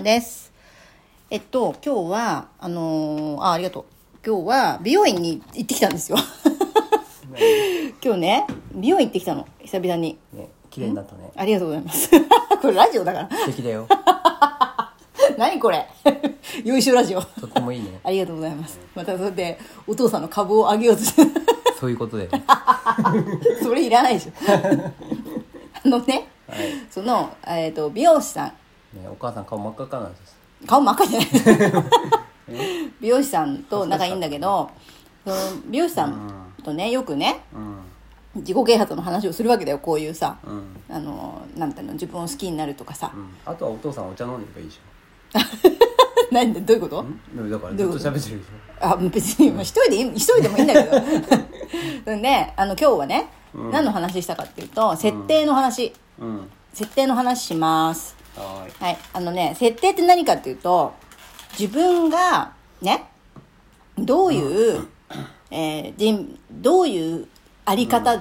です。今日はありがとう。今日は美容院に行ってきたんですよ。今日ね、美容院行ってきたの、久々に。 ね、綺麗になったね。 ありがとうございます。これラジオだから。 素敵だよ。 何これ。よいしょラジオ。 とってもいいね。 ありがとうございます。またそれでお父さんの株を上げようとして。 そういうことで。 それいらないでしょ。ね、 はい、 その、美容師さん。 ね、お母さん顔真っ赤っかなんです。 顔真っ赤じゃない。美容師さんと仲いいんだけど、その美容師さんとね、よくね、自己啓発の話をするわけだよ。こういうさ、なんていうの、自分を好きになるとかさ、 あとはお父さんお茶飲んでればいいじ何でどういうこと？ だからずっと喋ってるでしょ。 あ、別に一人でもいいんだけど。で、今日はね、何の話したかっていうと、設定の話、設定の話します。はい、設定って何かっていうと、自分がね、どういう、どういうあり方、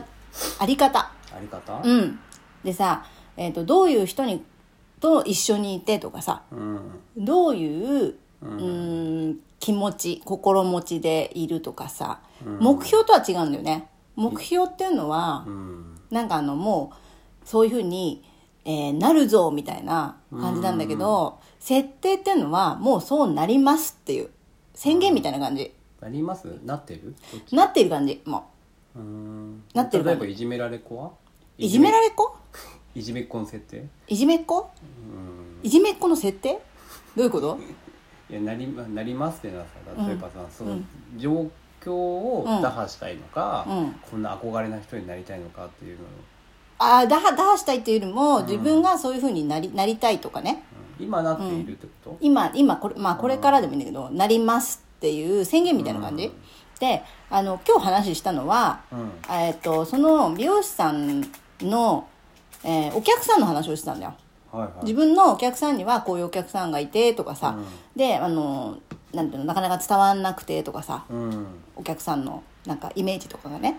でさ、どういう人にと一緒にいてとかさ、どういう気持ち、心持ちでいるとかさ、目標とは違うんだよね。目標っていうのは、なんかもうそういうふうになるぞみたいな感じなんだけど、設定っていうのはもうそうなりますっていう宣言みたいな感じ。 なります？なってる？ なってる感じ。もうなってる感じ。 例えばいじめられっ子は？ いじめられっ子？ いじめっ子の設定？ いじめっ子？いじめっ子の設定？どういうこと？ いや、なりますっていうのはさ、例えばさ、その状況を打破したいのか、こんな憧れな人になりたいのかっていうのを、 打破したいっていうよりも、自分がそういう風になりたいとかね、 今なっているってこと？ 今これからでもいいんだけど、なりますっていう宣言みたいな感じ、で、今日話したのは、その美容師さんの、お客さんの話をしてたんだよ。自分のお客さんにはこういうお客さんがいてとかさ、でなんていうの、なかなか伝わんなくてとかさ、お客さんのなんかイメージとかがね、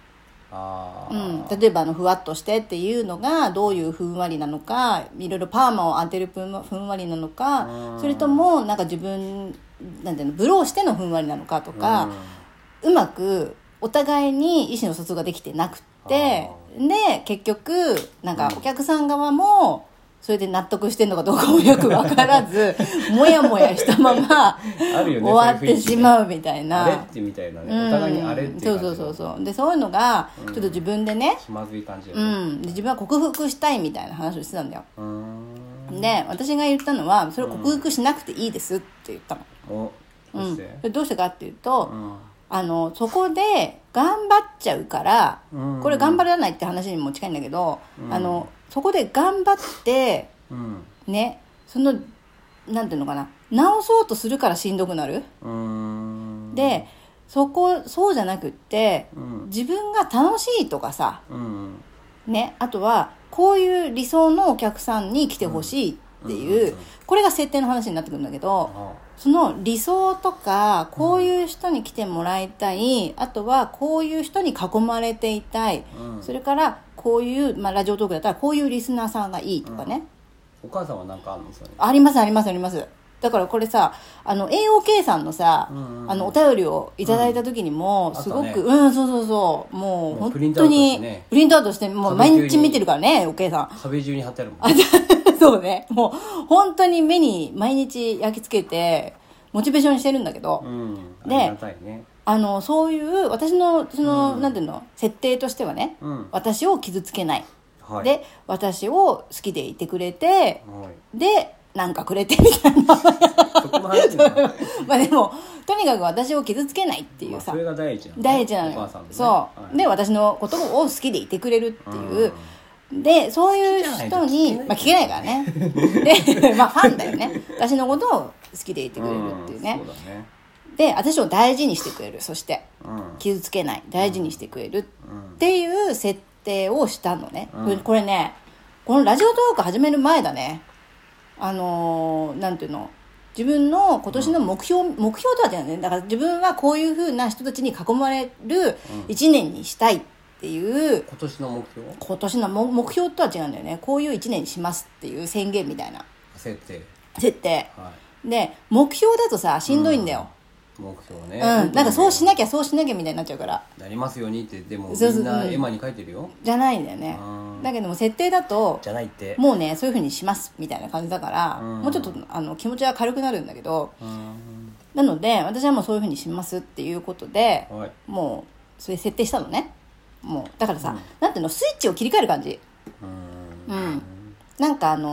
例えばふわっとしてっていうのがどういうふんわりなのか、いろいろパーマを当てるふんわりなのか、それともなんか自分なんていうの、ブローしてのふんわりなのかとか、うまくお互いに意思の疎通ができてなくて、で結局なんかお客さん側もそれで納得してんのかどうかもよく分からず、もやもやしたまま終わってしまうみたいな。 あれってみたいなね、お互いにあれっていう感じ。 そうで、そういうのがちょっと自分でね、 気まずい感じだね。 で自分は克服したいみたいな話をしてたんだよ。で、私が言ったのは、それを克服しなくていいですって言ったの。どうしてかっていうと、そこで頑張っちゃうから、これ頑張らないって話にも近いんだけど、そこで頑張って、ね、そのなんていうのかな、直そうとするからしんどくなる。で、そうじゃなくって、自分が楽しいとかさ、ね、あとはこういう理想のお客さんに来てほしいっていう、これが設定の話になってくるんだけど、その理想とか、こういう人に来てもらいたい、あとはこういう人に囲まれていたい、それからこういう、ラジオトークだったらこういうリスナーさんがいいとかね。 お母さんは何かあるんですよね？ あります。だからこれさ、AOK さんのさ、お便りをいただいた時にも、すごく、そう、もう本当にプリントアウトして、もう毎日見てるからね、AOK さん。 壁中に貼ってあるもんね。 そうね、もう本当に目に毎日焼き付けてモチベーションにしてるんだけど、で、ありがたいね。そういう私のなんていうの、設定としてはね、私を傷つけない、で私を好きでいてくれて、でなんかくれてみたいな。 そこの話だな。 でもとにかく私を傷つけないっていうさ、 それが第一なのよ。そうで、私のことを好きでいてくれるっていう。で、そういう人に、聞けないからね。で、ファンだよね。私のことを好きでいてくれるっていうね。で、私を大事にしてくれる。そして、傷つけない。大事にしてくれるっていう設定をしたのね。これね、このラジオトーク始める前だね。なんていうの、自分の今年の目標とは違うね。だから自分はこういう風な人たちに囲まれる一年にしたいっていう、 今年の目標とは違うんだよね。こういう一年にしますっていう宣言みたいな。 設定。 設定、 はで目標だとさしんどいんだよ、 目標ね、 なんかそうしなきゃそうしなきゃみたいになっちゃうから、 なりますようにってでもそうそうみんな絵馬に書いてるよ、 じゃないんだよね。だけども設定だとじゃないってもうねそういう風にしますみたいな感じだから、もうちょっと気持ちは軽くなるんだけど、なので私はもうそういう風にしますっていうことで、 はい、 もうそれ設定したのね。もうだからさ、なんていうの、スイッチを切り替える感じ。なんか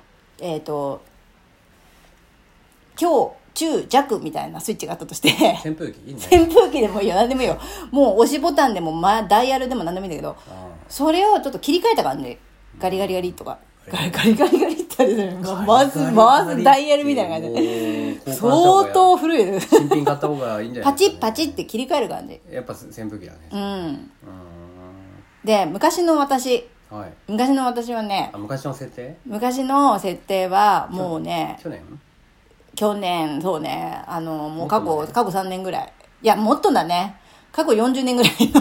強中弱みたいなスイッチがあったとして扇風機いいね、 扇風機でもいいよ、何でもいいよ、もう押しボタンでも、ダイヤルでも何でもいいんだけど、それをちょっと切り替えた感じ。ガリガリガリとかガリガリガリガリって言って回すダイヤルみたいな感じで相当古い新品買った方がいいんじゃないパチッパチッって切り替える感じ。 やっぱ扇風機だね。 で昔の私はね、 昔の設定はもうね、 去年そうね、もう過去3年ぐらい、いやもっとだね、過去40年ぐらいの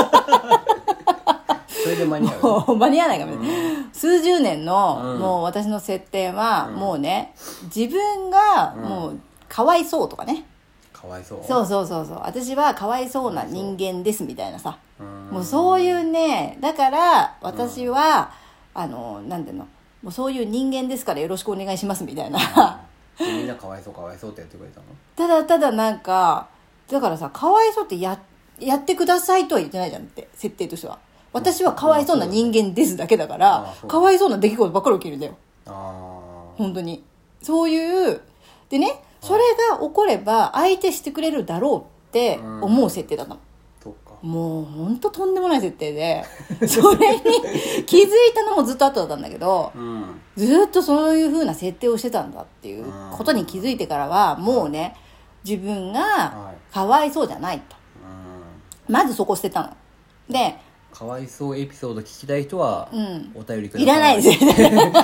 それで間に合うもう間に合わないかもね、数十年の、もう私の設定は、もうね自分がもうかわいそうとかね、 かわいそう、 そう私はかわいそうな人間ですみたいなさ、もうそういうね、だから私は、なんていうの、もうそういう人間ですからよろしくお願いしますみたいな、 みんなかわいそうかわいそうってやってくれたの。 ただなんかだからさ、かわいそうってやってくださいとは言ってないじゃんって設定としては。私はかわいそうな人間ですだけだから、かわいそうな出来事ばっかり起きるんだよ。本当にそういうでね、それが起これば相手してくれるだろうって思う設定だったの。もう本当とんでもない設定でそれに気づいたのもずっと後だったんだけど、ずっとそういう風な設定をしてたんだっていうことに気づいてからは、もうね自分がかわいそうじゃないと、まずそこ捨てたので、 かわいそうエピソード聞きたい人はお便りください。 いらないですよ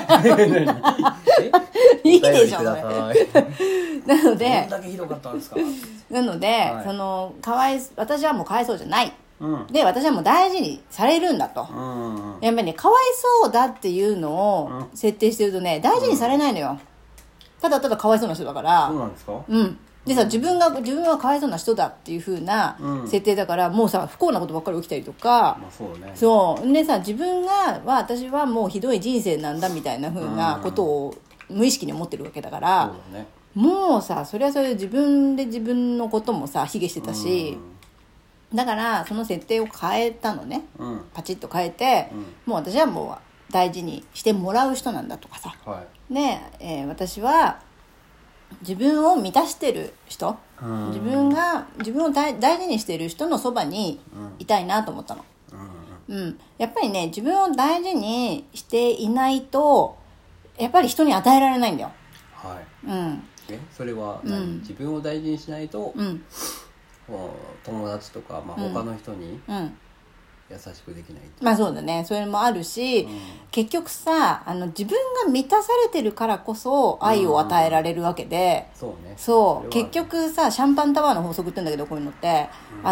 いいでしょそれなので、 どんだけひどかったんですか。 なので、私はもうかわいそうじゃない、で私はもう大事にされるんだと、やっぱりね、かわいそうだっていうのを設定してるとね、大事にされないのよ、ただただかわいそうな人だから。 そうなんですか。 でさ、自分はかわいそうな人だっていう風な設定だから、もうさ不幸なことばっかり起きたりとか、そうでさ、私はもうひどい人生なんだみたいな風なことを無意識に思ってるわけだから、もうさ、それはそれで自分のこともさ卑下してたし、だからその設定を変えたのね、パチッと変えて、もう私はもう大事にしてもらう人なんだとかさ、で、私は自分を満たしてる人、自分を大事にしてる人のそばにいたいなと思ったの。やっぱりね、自分を大事にしていないとやっぱり人に与えられないんだよ。 それは自分を大事にしないと、友達とか、他の人に優しくできない、 そうだね、それもあるし、結局さ、自分が満たされてるからこそ愛を与えられるわけで、結局さ、シャンパンタワーの法則って言うんだけど、こういうのって、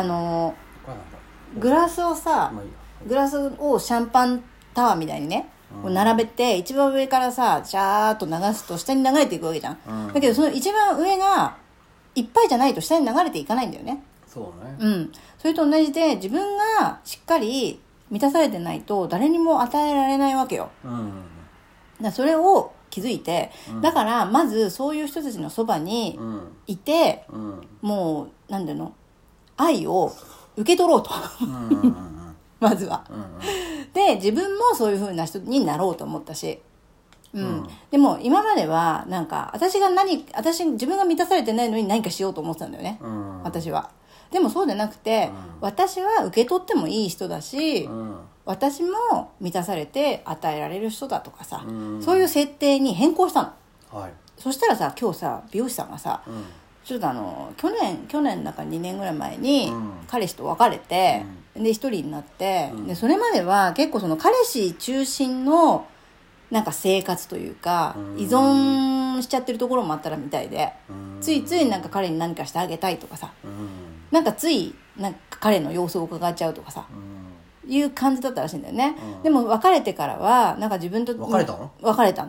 グラスをシャンパンタワーみたいにね、並べて、一番上からさジャーっと流すと下に流れていくわけじゃん、だけどその一番上がいっぱいじゃないと下に流れていかないんだよね。それと同じで、自分がしっかり満たされてないと誰にも与えられないわけよ、だそれを気づいて、だからまずそういう人たちのそばにいて、もうなんだの、愛を受け取ろうとまずは、で自分もそういう風な人になろうと思ったし、でも今まではなんか自分が満たされてないのに何かしようと思ってたんだよね、私は。でもそうじゃなくて、私は受け取ってもいい人だし、私も満たされて与えられる人だとかさ、そういう設定に変更したの、そしたらさ、今日さ美容師さんがさ、ちょっと去年だから2年ぐらい前に彼氏と別れて、で一人になって、でそれまでは結構その彼氏中心のなんか生活というか、依存しちゃってるところもあったらみたいで、ついついなんか彼に何かしてあげたいとかさ、なんかついなんか彼の様子を伺っちゃうとかさ、いう感じだったらしいんだよね、でも別れてからはなんか自分と別れたの？ 別れたんだって。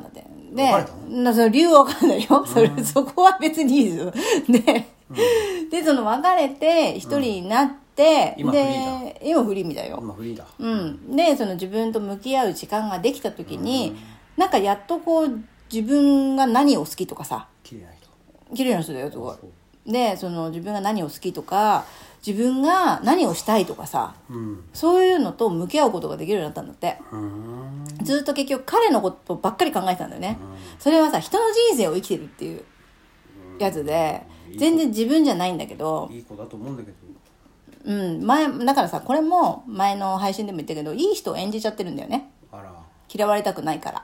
でその理由は分かんないよ、そこは別にいいですよで、でその別れて一人になって、 今フリーみたいよ。 今フリーだ。 でその自分と向き合う時間ができた時に、なんかやっとこう自分が何を好きとかさ、綺麗な人だよすごい。でその自分が何を好きとか自分が何をしたいとかさ、そういうのと向き合うことができるようになったんだって。ずっと結局彼のことばっかり考えてたんだよね。それはさ、人の人生を生きてるっていうやつで、全然自分じゃないんだけど、 いい子だと思うんだけど、 だからさ、これも前の配信でも言ったけど、いい人を演じちゃってるんだよね。嫌われたくないから。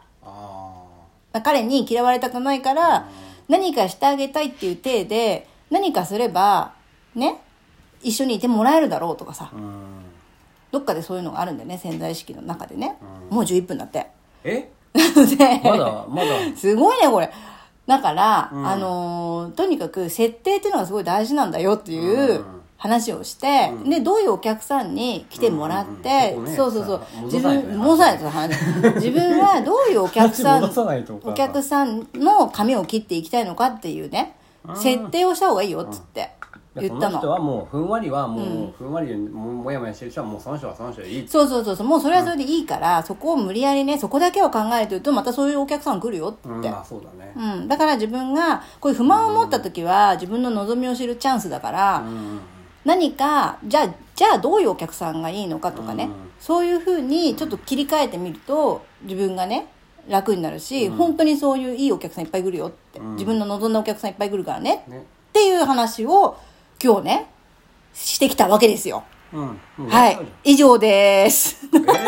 彼に嫌われたくないから、何かしてあげたいっていう体で何かすればね、一緒にいてもらえるだろうとかさ、どっかでそういうのがあるんだよね、潜在意識の中でね。もう11分だって。 でまだすごいねこれ。だから、とにかく設定っていうのがすごい大事なんだよっていう話をして、でどういうお客さんに来てもらって、そう自分はどういうお客さんの髪を切っていきたいのかっていうね、設定をした方がいいよっつって言ったの。 その人はもうふんわりもやもやしてる人はもうその人はその人でいい。 そうもうそれはそれでいいから、そこを無理やりね、そこだけを考えてるとまたそういうお客さん来るよって。 そうだね。 だから自分がこういう不満を持った時は自分の望みを知るチャンスだから、何かじゃあどういうお客さんがいいのかとかね、そういうふうにちょっと切り替えてみると自分がね楽になるし、本当にそういういいお客さんいっぱい来るよって、自分の望んだお客さんいっぱい来るからねっていう話を今日ねしてきたわけですよ。はい、以上です。